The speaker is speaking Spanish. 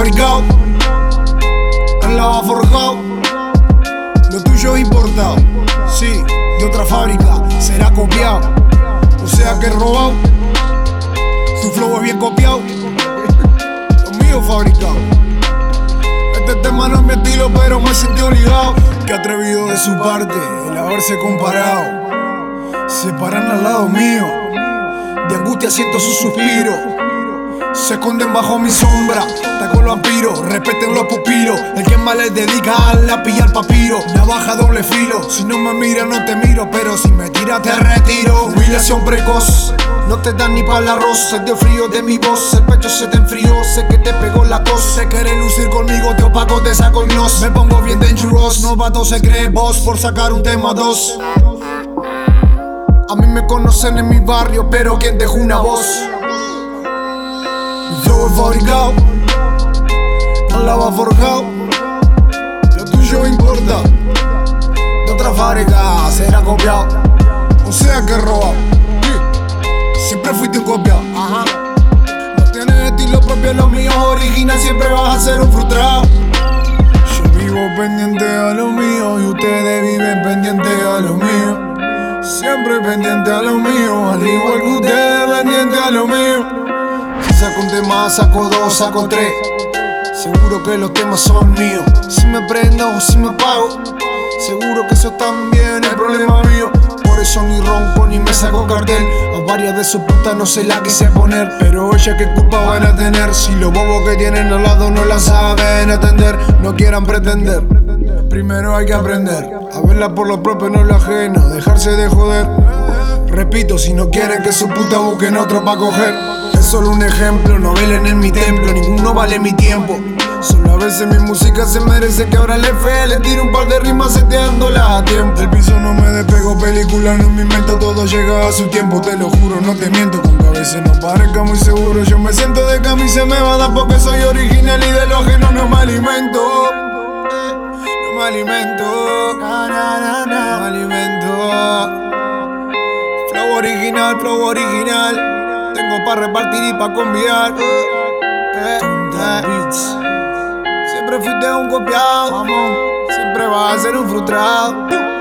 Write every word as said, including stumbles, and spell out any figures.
fabricado, él la va forjado. Lo tuyo es importado, sí, de otra fábrica, será copiado. O sea que robado, tu flow es bien copiado. Lo mío fabricado. Este tema no es mi estilo, pero me sentí obligado. Que atrevido de su parte el haberse comparado. Se paran al lado mío, de angustia siento su suspiro. Se esconden bajo mi sombra, taco los vampiros, respeten los pupilos. El que más les dedica a la pillar papiro. Navaja doble filo, si no me miras no te miro, pero si me tiras te retiro. Jubilación precoz, no te dan ni para el arroz. Se dio frío de mi voz, el pecho se te enfrió. Sé que te pegó la tos, se quiere lucir conmigo, te opaco, te saco el nos. Me pongo bien dangerous, novato se cree boss por sacar un tema dos. A mí me conocen en mi barrio, pero ¿quién dejó una voz? Mi flow es fabricado, no la va forjado. Lo tuyo importa, de otra fábrica será copiado. O sea que robado, siempre fuiste un copiado. Ajá. No tienes estilo propio, lo mío es original, siempre vas a ser un frustrado. Yo vivo pendiente a lo mío y ustedes viven pendiente a lo mío. Siempre pendiente a lo mío, al igual que ustedes pendiente a lo mío. Si saco un tema, saco dos, saco tres. Seguro que los temas son míos. Si me prendo o si me apago, seguro que eso también es problema mío. Por eso ni ronco ni me saco cartel. A varias de sus putas no se la quise poner, pero ella qué culpa van a tener si los bobos que tienen al lado no la saben atender. No quieran pretender, primero hay que aprender a verla por lo propio, no lo ajeno, dejarse de joder. Repito, si no quieren que su puta busquen otro pa' coger. Es solo un ejemplo, no velen en mi templo, ninguno vale mi tiempo. Solo a veces mi música se merece que ahora le fe. Le tiro un par de rimas seteándola a tiempo. El piso no me despego, película no me invento. Todo llega a su tiempo, te lo juro, no te miento. Con que a veces no parezca muy seguro. Yo me siento de que a mí se me va a dar porque soy original y de lo ajeno no me alimento. No me alimento, na, na, na, na. Me alimento. Flow original, flow original. Tengo pa' repartir y pa' conviar. Eh, eh. Siempre fuiste un copiado, siempre vas a ser un frustrado.